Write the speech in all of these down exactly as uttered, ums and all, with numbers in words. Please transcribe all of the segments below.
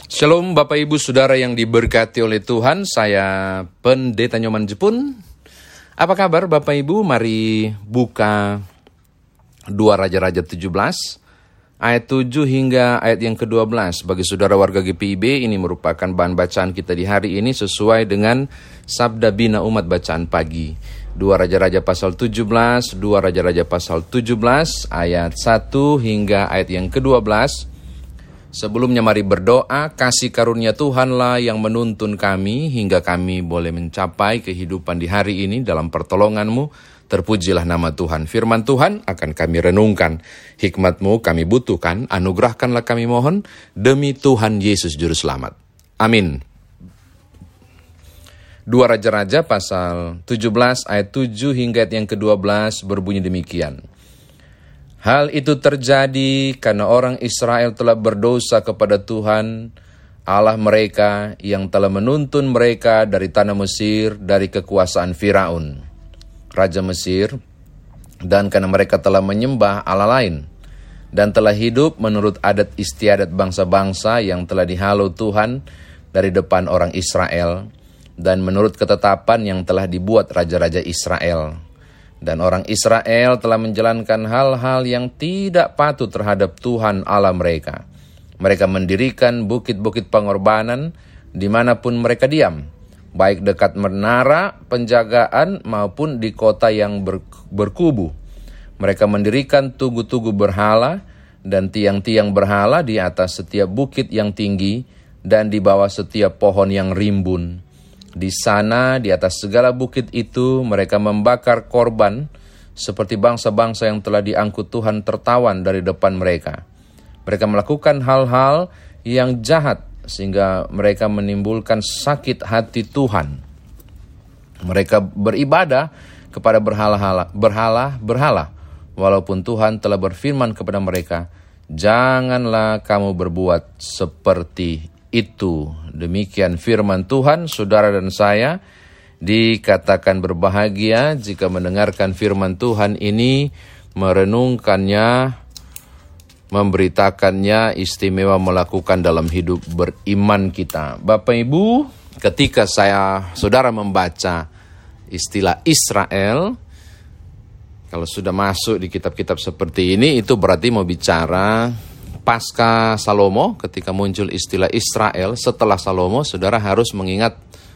Shalom Bapak Ibu Saudara yang diberkati oleh Tuhan, saya Pendeta Nyoman Jepun. Apa kabar Bapak Ibu? Mari buka dua Raja-Raja tujuh belas, ayat tujuh hingga ayat yang kedua belas. Bagi saudara warga G P I B, ini merupakan bahan bacaan kita di hari ini sesuai dengan Sabda Bina Umat bacaan pagi. dua Raja-Raja pasal tujuh belas, dua Raja-Raja pasal tujuh belas, ayat satu hingga ayat yang kedua belas. Sebelumnya mari berdoa. Kasih karunia Tuhanlah yang menuntun kami hingga kami boleh mencapai kehidupan di hari ini dalam pertolongan-Mu. Terpujilah nama Tuhan. Firman Tuhan akan kami renungkan. Hikmat-Mu kami butuhkan. Anugerahkanlah kami mohon demi Tuhan Yesus Juru Selamat. Amin. dua Raja-Raja pasal tujuh belas ayat tujuh hingga ayat yang kedua belas berbunyi demikian. Hal itu terjadi karena orang Israel telah berdosa kepada Tuhan, Allah mereka yang telah menuntun mereka dari tanah Mesir, dari kekuasaan Firaun, Raja Mesir, dan karena mereka telah menyembah Allah lain, dan telah hidup menurut adat istiadat bangsa-bangsa yang telah dihalau Tuhan dari depan orang Israel, dan menurut ketetapan yang telah dibuat raja-raja Israel. Dan orang Israel telah menjalankan hal-hal yang tidak patut terhadap Tuhan Allah mereka. Mereka mendirikan bukit-bukit pengorbanan dimanapun mereka diam, baik dekat menara penjagaan maupun di kota yang ber, berkubu. Mereka mendirikan tugu-tugu berhala dan tiang-tiang berhala di atas setiap bukit yang tinggi dan di bawah setiap pohon yang rimbun. Di sana, di atas segala bukit itu, mereka membakar korban seperti bangsa-bangsa yang telah diangkut Tuhan tertawan dari depan mereka. Mereka melakukan hal-hal yang jahat sehingga mereka menimbulkan sakit hati Tuhan. Mereka beribadah kepada berhala-hala, berhala-berhala, walaupun Tuhan telah berfirman kepada mereka, "Janganlah kamu berbuat seperti itu." Demikian firman Tuhan. Saudara dan saya dikatakan berbahagia jika mendengarkan firman Tuhan ini, merenungkannya, memberitakannya, istimewa melakukan dalam hidup beriman kita. Bapak Ibu, ketika saya saudara membaca istilah Israel, kalau sudah masuk di kitab-kitab seperti ini, itu berarti mau bicara pasca Salomo. Ketika muncul istilah Israel setelah Salomo, saudara harus mengingat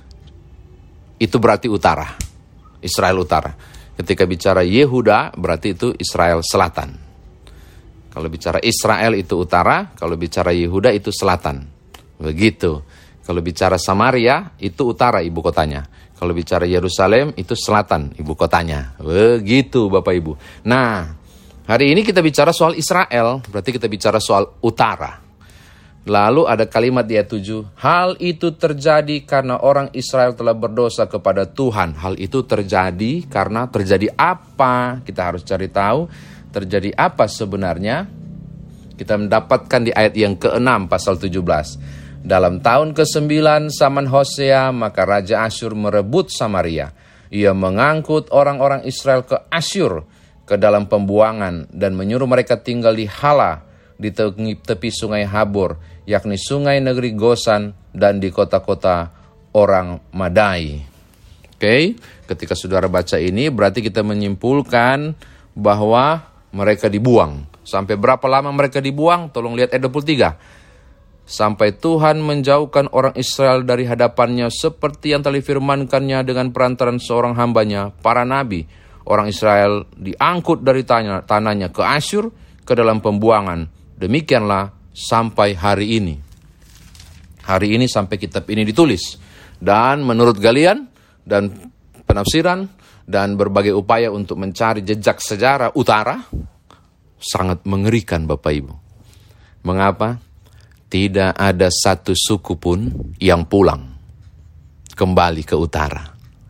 itu berarti utara, Israel utara. Ketika bicara Yehuda berarti itu Israel selatan. Kalau bicara Israel itu utara, kalau bicara Yehuda itu selatan. Begitu. Kalau bicara Samaria itu utara ibu kotanya. Kalau bicara Yerusalem itu selatan ibu kotanya. Begitu Bapak Ibu. Nah, hari ini kita bicara soal Israel, berarti kita bicara soal utara. Lalu ada kalimat di ayat tujuh, hal itu terjadi karena orang Israel telah berdosa kepada Tuhan. Hal itu terjadi karena terjadi apa? Kita harus cari tahu terjadi apa sebenarnya. Kita mendapatkan di ayat yang keenam pasal tujuh belas. Dalam tahun kesembilan zaman Hosea, maka Raja Asyur merebut Samaria. Ia mengangkut orang-orang Israel ke Asyur, ke dalam pembuangan, dan menyuruh mereka tinggal di Hala, di tepi sungai Habor, yakni sungai negeri Gosan, dan di kota-kota orang Madai. Oke, okay? Ketika saudara baca ini, berarti kita menyimpulkan bahwa mereka dibuang. Sampai berapa lama mereka dibuang? Tolong lihat ayat dua puluh tiga. Sampai Tuhan menjauhkan orang Israel dari hadapannya, seperti yang telah difirmankannya dengan perantaran seorang hambanya, para nabi. Orang Israel diangkut dari tanah, tanahnya ke Asyur, ke dalam pembuangan. Demikianlah sampai hari ini. Hari ini sampai kitab ini ditulis. Dan menurut galian dan penafsiran dan berbagai upaya untuk mencari jejak sejarah utara, sangat mengerikan Bapak Ibu. Mengapa? Tidak ada satu suku pun yang pulang kembali ke utara.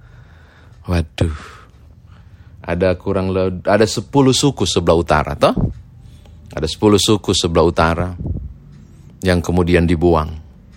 Waduh. Ada kurang lebih, ada sepuluh suku sebelah utara, toh? Ada sepuluh suku sebelah utara yang kemudian dibuang.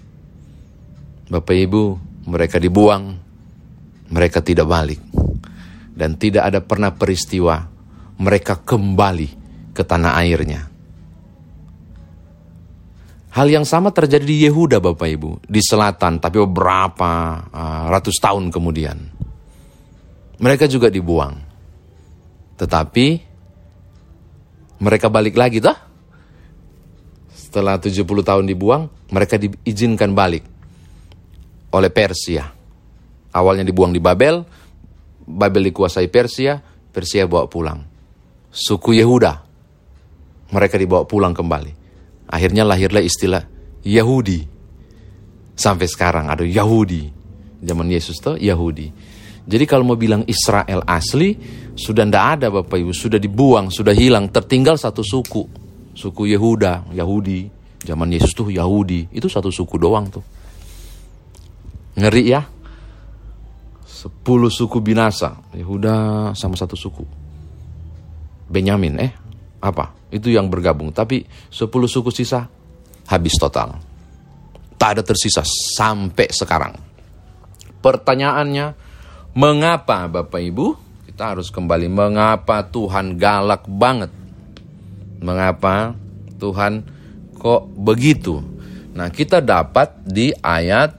Bapak Ibu, mereka dibuang, mereka tidak balik. Dan tidak ada pernah peristiwa mereka kembali ke tanah airnya. Hal yang sama terjadi di Yehuda Bapak Ibu, di selatan, tapi beberapa uh, ratus tahun kemudian. Mereka juga dibuang. Tetapi mereka balik lagi toh. Setelah tujuh puluh tahun dibuang, mereka diizinkan balik oleh Persia. Awalnya dibuang di Babel, Babel dikuasai Persia, Persia bawa pulang. Suku Yehuda, mereka dibawa pulang kembali. Akhirnya lahirlah istilah Yahudi. Sampai sekarang ada Yahudi. Zaman Yesus tuh Yahudi. Jadi kalau mau bilang Israel asli, sudah tidak ada Bapak Ibu, sudah dibuang, sudah hilang, tertinggal satu suku. Suku Yehuda, Yahudi. Zaman Yesus tuh Yahudi, itu satu suku doang tuh. Ngeri ya. Sepuluh suku binasa, Yehuda sama satu suku. Benyamin, eh apa? Itu yang bergabung, tapi sepuluh suku sisa habis total. Tak ada tersisa sampai sekarang. Pertanyaannya, mengapa Bapak Ibu? Kita harus kembali, mengapa Tuhan galak banget? Mengapa Tuhan kok begitu? Nah, kita dapat di ayat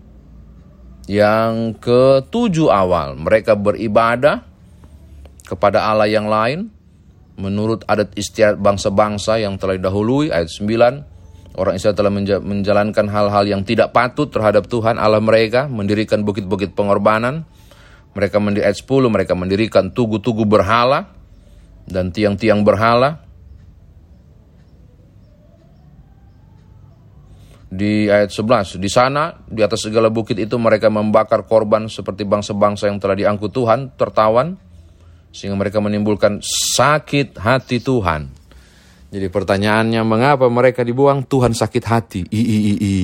yang ketujuh awal. Mereka beribadah kepada Allah yang lain menurut adat istiadat bangsa-bangsa yang telah didahului. Ayat sembilan, orang Israel telah menjalankan hal-hal yang tidak patut terhadap Tuhan Allah mereka, mendirikan bukit-bukit pengorbanan. Mereka mendirikan, ayat sepuluh, mereka mendirikan tugu-tugu berhala dan tiang-tiang berhala. Di ayat sebelas, di sana, di atas segala bukit itu mereka membakar korban seperti bangsa-bangsa yang telah diangkut Tuhan, tertawan, sehingga mereka menimbulkan sakit hati Tuhan. Jadi pertanyaannya, mengapa mereka dibuang? Tuhan sakit hati. I, i, i, i.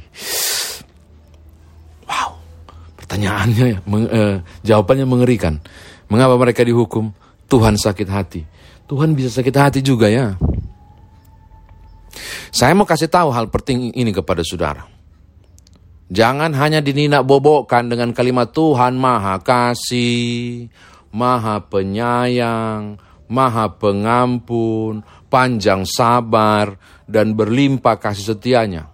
Wow, pertanyaannya, meng, eh, jawabannya mengerikan. Mengapa mereka dihukum? Tuhan sakit hati. Tuhan bisa sakit hati juga ya. Saya mau kasih tahu hal penting ini kepada saudara. Jangan hanya dininak bobokkan dengan kalimat Tuhan Maha Kasih, Maha Penyayang, Maha Pengampun, panjang sabar, dan berlimpah kasih setianya.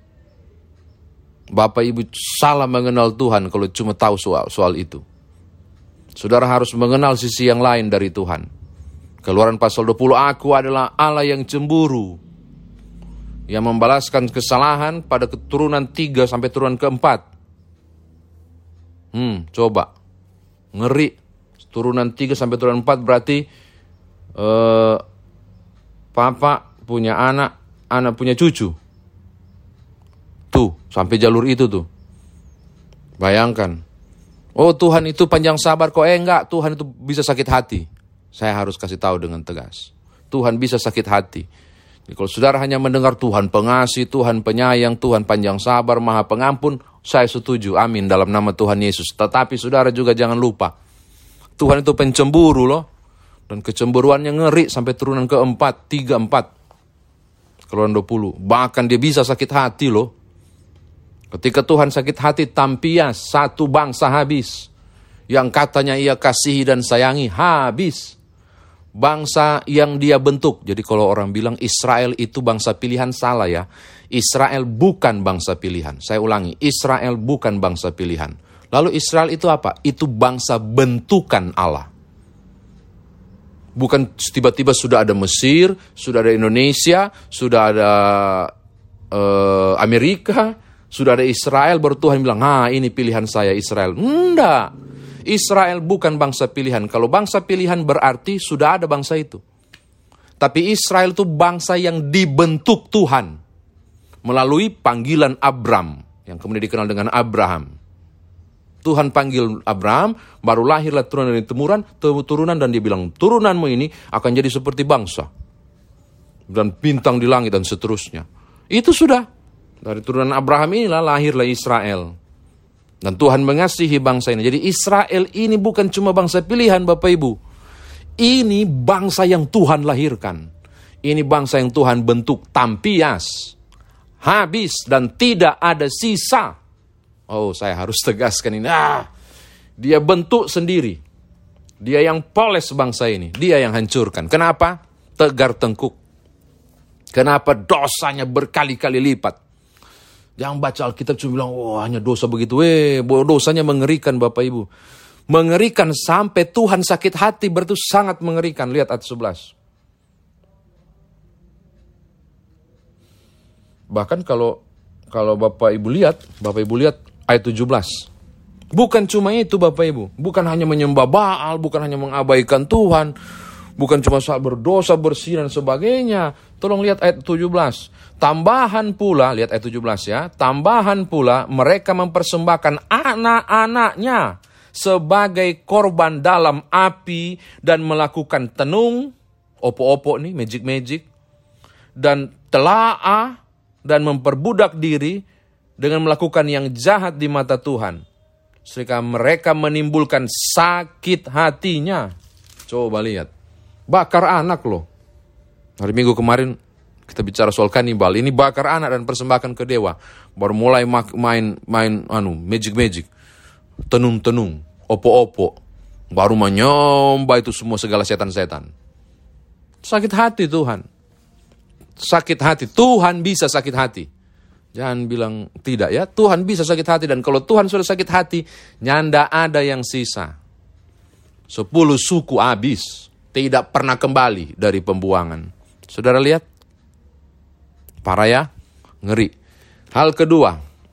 Bapak Ibu salah mengenal Tuhan kalau cuma tahu soal, soal itu. Saudara harus mengenal sisi yang lain dari Tuhan. Keluaran pasal dua puluh, aku adalah Allah yang cemburu, yang membalaskan kesalahan pada keturunan tiga sampai turunan keempat. Hmm, coba. Ngeri. Turunan tiga sampai turunan empat berarti uh, papa punya anak, anak punya cucu. Tuh, sampai jalur itu tuh. Bayangkan. Oh, Tuhan itu panjang sabar kok. Eh enggak, Tuhan itu bisa sakit hati. Saya harus kasih tahu dengan tegas. Tuhan bisa sakit hati. Jadi kalau saudara hanya mendengar Tuhan pengasih, Tuhan penyayang, Tuhan panjang sabar, Maha Pengampun, saya setuju, amin, dalam nama Tuhan Yesus. Tetapi saudara juga jangan lupa, Tuhan itu pencemburu loh. Dan kecemburuannya ngeri sampai turunan keempat, tiga, empat. Keluaran dua puluh. Bahkan dia bisa sakit hati loh. Ketika Tuhan sakit hati, Tampias, satu bangsa habis. Yang katanya ia kasihi dan sayangi, habis. Bangsa yang dia bentuk. Jadi kalau orang bilang Israel itu bangsa pilihan, salah ya. Israel bukan bangsa pilihan. Saya ulangi, Israel bukan bangsa pilihan. Lalu Israel itu apa? Itu bangsa bentukan Allah. Bukan tiba-tiba sudah ada Mesir, sudah ada Indonesia, sudah ada uh, Amerika, sudah ada Israel, baru Tuhan bilang, ah ini pilihan saya Israel. Enggak. Israel bukan bangsa pilihan. Kalau bangsa pilihan berarti sudah ada bangsa itu. Tapi Israel itu bangsa yang dibentuk Tuhan melalui panggilan Abram, yang kemudian dikenal dengan Abraham. Tuhan panggil Abraham, baru lahirlah turunan dari temuran, turunan, dan dia bilang, turunanmu ini akan jadi seperti bangsa. Dan bintang di langit dan seterusnya. Itu sudah. Dari turunan Abraham inilah lahirlah Israel. Dan Tuhan mengasihi bangsa ini. Jadi Israel ini bukan cuma bangsa pilihan Bapak Ibu. Ini bangsa yang Tuhan lahirkan. Ini bangsa yang Tuhan bentuk, Tampias. Habis dan tidak ada sisa. Oh, saya harus tegaskan ini. Ah, dia bentuk sendiri. Dia yang poles bangsa ini. Dia yang hancurkan. Kenapa? Tegar tengkuk. Kenapa dosanya berkali-kali lipat? Yang baca Alkitab cuma bilang, wah hanya dosa begitu. Eh, dosanya mengerikan Bapak Ibu. Mengerikan sampai Tuhan sakit hati, berarti sangat mengerikan. Lihat ayat sebelas. Bahkan kalau kalau Bapak Ibu lihat, Bapak Ibu lihat ayat tujuh belas. Bukan cuma itu Bapak Ibu. Bukan hanya menyembah Baal, bukan hanya mengabaikan Tuhan. Bukan cuma soal berdosa, bersih dan sebagainya. Tolong lihat ayat tujuh belas. Tambahan pula, lihat ayat tujuh belas ya. Tambahan pula mereka mempersembahkan anak-anaknya sebagai korban dalam api dan melakukan tenung, opo-opo nih, magic-magic, dan telaah, dan memperbudak diri dengan melakukan yang jahat di mata Tuhan. Sehingga mereka menimbulkan sakit hatinya. Coba lihat. Bakar anak loh. Hari Minggu kemarin kita bicara soal kanibal. Ini bakar anak dan persembahkan ke dewa. Baru mulai main main anu magic-magic. Tenung-tenung. Opo-opo. Baru menyembah itu semua segala setan-setan. Sakit hati Tuhan. Sakit hati. Tuhan bisa sakit hati. Jangan bilang tidak ya. Tuhan bisa sakit hati. Dan kalau Tuhan sudah sakit hati, nyanda ada yang sisa. Sepuluh suku habis. Tidak pernah kembali dari pembuangan. Saudara lihat? Parah ya? Ngeri. Hal kedua.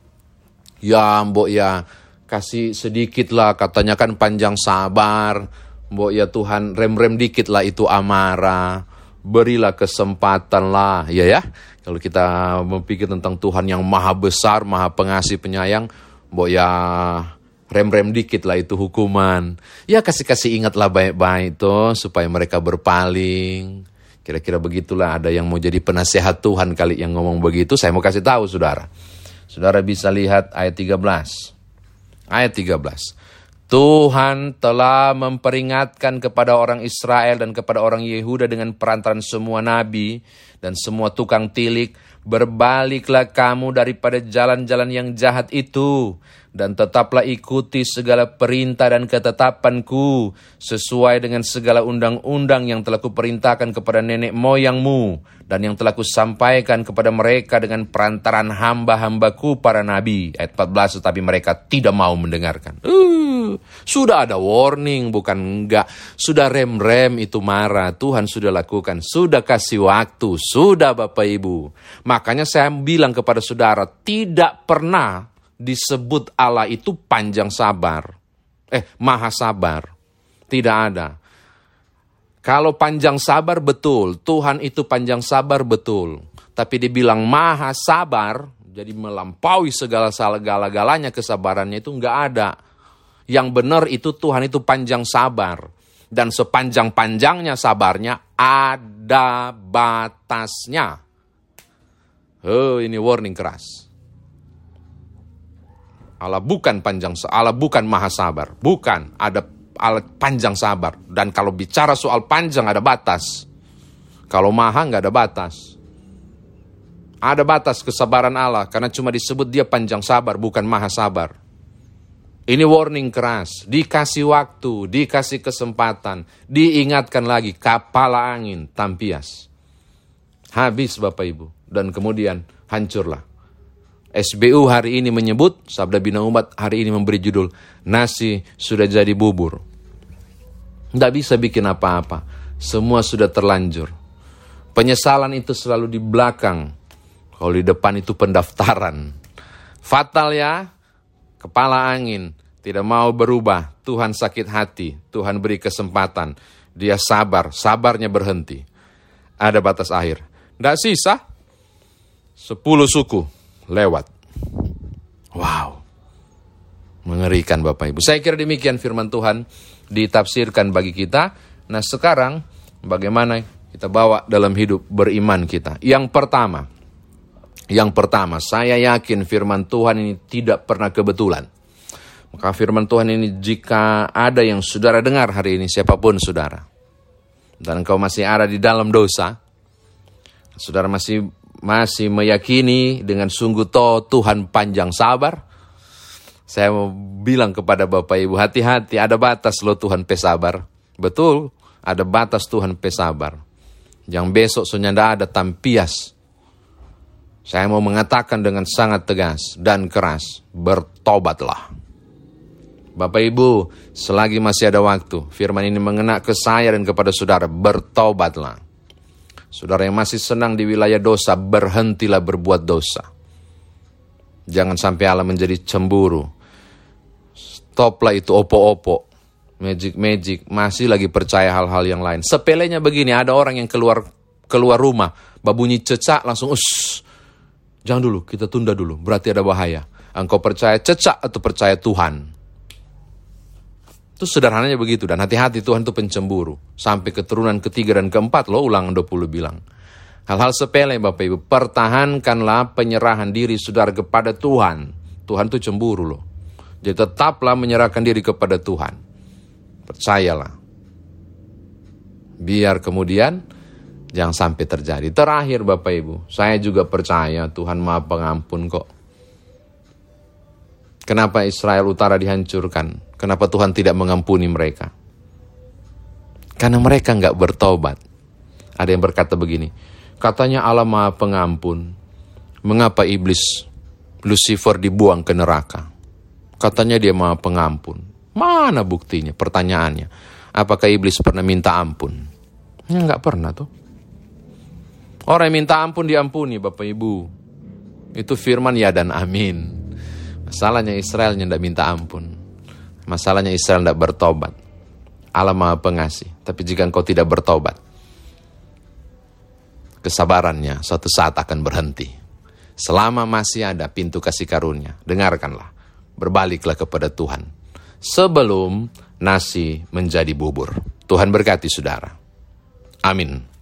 Ya mbok ya. Kasih sedikit lah. Katanya kan panjang sabar. Mbok ya Tuhan rem-rem dikit lah itu amarah. Berilah kesempatan lah, ya ya. Kalau kita berpikir tentang Tuhan yang maha besar, maha pengasih, penyayang, mbok ya rem-rem dikit lah itu hukuman. Ya kasih-kasih ingatlah baik-baik tuh supaya mereka berpaling. Kira-kira begitulah, ada yang mau jadi penasehat Tuhan kali yang ngomong begitu. Saya mau kasih tahu saudara. Saudara bisa lihat ayat tiga belas. Ayat tiga belas. Tuhan telah memperingatkan kepada orang Israel dan kepada orang Yehuda dengan perantaran semua nabi dan semua tukang tilik, berbaliklah kamu daripada jalan-jalan yang jahat itu, dan tetaplah ikuti segala perintah dan ketetapanku, sesuai dengan segala undang-undang yang telah kuperintahkan kepada nenek moyangmu, dan yang telah kusampaikan kepada mereka dengan perantaran hamba-hambaku para nabi. Ayat empat belas, tetapi mereka tidak mau mendengarkan. Uh, sudah ada warning, bukan enggak. Sudah rem-rem itu marah. Tuhan sudah lakukan. Sudah kasih waktu. Sudah Bapak Ibu. Makanya saya bilang kepada saudara, tidak pernah disebut Allah itu panjang sabar. Eh, maha sabar. Tidak ada. Kalau panjang sabar betul, Tuhan itu panjang sabar betul. Tapi dibilang maha sabar, jadi melampaui segala segala-galanya kesabarannya itu enggak ada. Yang benar itu Tuhan itu panjang sabar. Dan sepanjang-panjangnya sabarnya ada batasnya. Oh, ini warning keras. Allah bukan panjang, Allah bukan maha sabar. Bukan, ada Allah panjang sabar. Dan kalau bicara soal panjang ada batas. Kalau maha nggak ada batas. Ada batas kesabaran Allah. Karena cuma disebut dia panjang sabar, bukan maha sabar. Ini warning keras. Dikasih waktu, dikasih kesempatan. Diingatkan lagi, kepala angin, tampias. Habis Bapak Ibu. Dan kemudian hancurlah. S B U hari ini menyebut, Sabda Bina Umat hari ini memberi judul, nasi sudah jadi bubur. Tidak bisa bikin apa-apa. Semua sudah terlanjur. Penyesalan itu selalu di belakang. Kalau di depan itu pendaftaran. Fatal ya, kepala angin. Tidak mau berubah. Tuhan sakit hati. Tuhan beri kesempatan. Dia sabar. Sabarnya berhenti. Ada batas akhir. Tidak sisa. Sepuluh suku. Lewat. Wow. Mengerikan Bapak Ibu. Saya kira demikian firman Tuhan ditafsirkan bagi kita. Nah sekarang bagaimana kita bawa dalam hidup beriman kita. Yang pertama. Yang pertama, saya yakin firman Tuhan ini tidak pernah kebetulan. Maka firman Tuhan ini jika ada yang saudara dengar hari ini, siapapun saudara. Dan engkau masih ada di dalam dosa. Saudara masih masih meyakini dengan sungguh toh Tuhan panjang sabar. Saya mau bilang kepada Bapak Ibu, hati-hati, ada batas loh Tuhan pesabar. Betul, ada batas Tuhan pesabar. Yang besok sudah ada tampias. Saya mau mengatakan dengan sangat tegas dan keras, bertobatlah. Bapak Ibu, selagi masih ada waktu, firman ini mengena ke saya dan kepada saudara, bertobatlah. Saudara yang masih senang di wilayah dosa, berhentilah berbuat dosa. Jangan sampai Allah menjadi cemburu. Stoplah itu opo-opo, magic-magic, masih lagi percaya hal-hal yang lain. Sepelenya begini, ada orang yang keluar keluar rumah, babunyi cecak langsung, us, jangan dulu, kita tunda dulu, berarti ada bahaya. Engkau percaya cecak atau percaya Tuhan? Itu sederhananya begitu, dan hati-hati, Tuhan itu pencemburu. Sampai keturunan ketiga dan keempat loh, Ulangan dua puluh bilang. Hal-hal sepele Bapak Ibu, pertahankanlah penyerahan diri saudara kepada Tuhan. Tuhan itu cemburu loh. Jadi tetaplah menyerahkan diri kepada Tuhan. Percayalah. Biar kemudian jangan sampai terjadi. Terakhir Bapak Ibu, saya juga percaya Tuhan Maha Pengampun kok. Kenapa Israel Utara dihancurkan? Kenapa Tuhan tidak mengampuni mereka? Karena mereka nggak bertobat. Ada yang berkata begini, katanya Allah Maha Pengampun, mengapa iblis Lucifer dibuang ke neraka? Katanya dia Maha Pengampun. Mana buktinya? Pertanyaannya, apakah iblis pernah minta ampun? Ya nggak pernah tuh. Orang yang minta ampun diampuni Bapak Ibu. Itu firman ya dan amin. Masalahnya Israel yang tidak minta ampun. Masalahnya Israel tidak bertobat. Allah Maha Pengasih. Tapi jika engkau tidak bertobat, kesabarannya suatu saat akan berhenti. Selama masih ada pintu kasih karunia, dengarkanlah. Berbaliklah kepada Tuhan. Sebelum nasi menjadi bubur. Tuhan berkati saudara. Amin.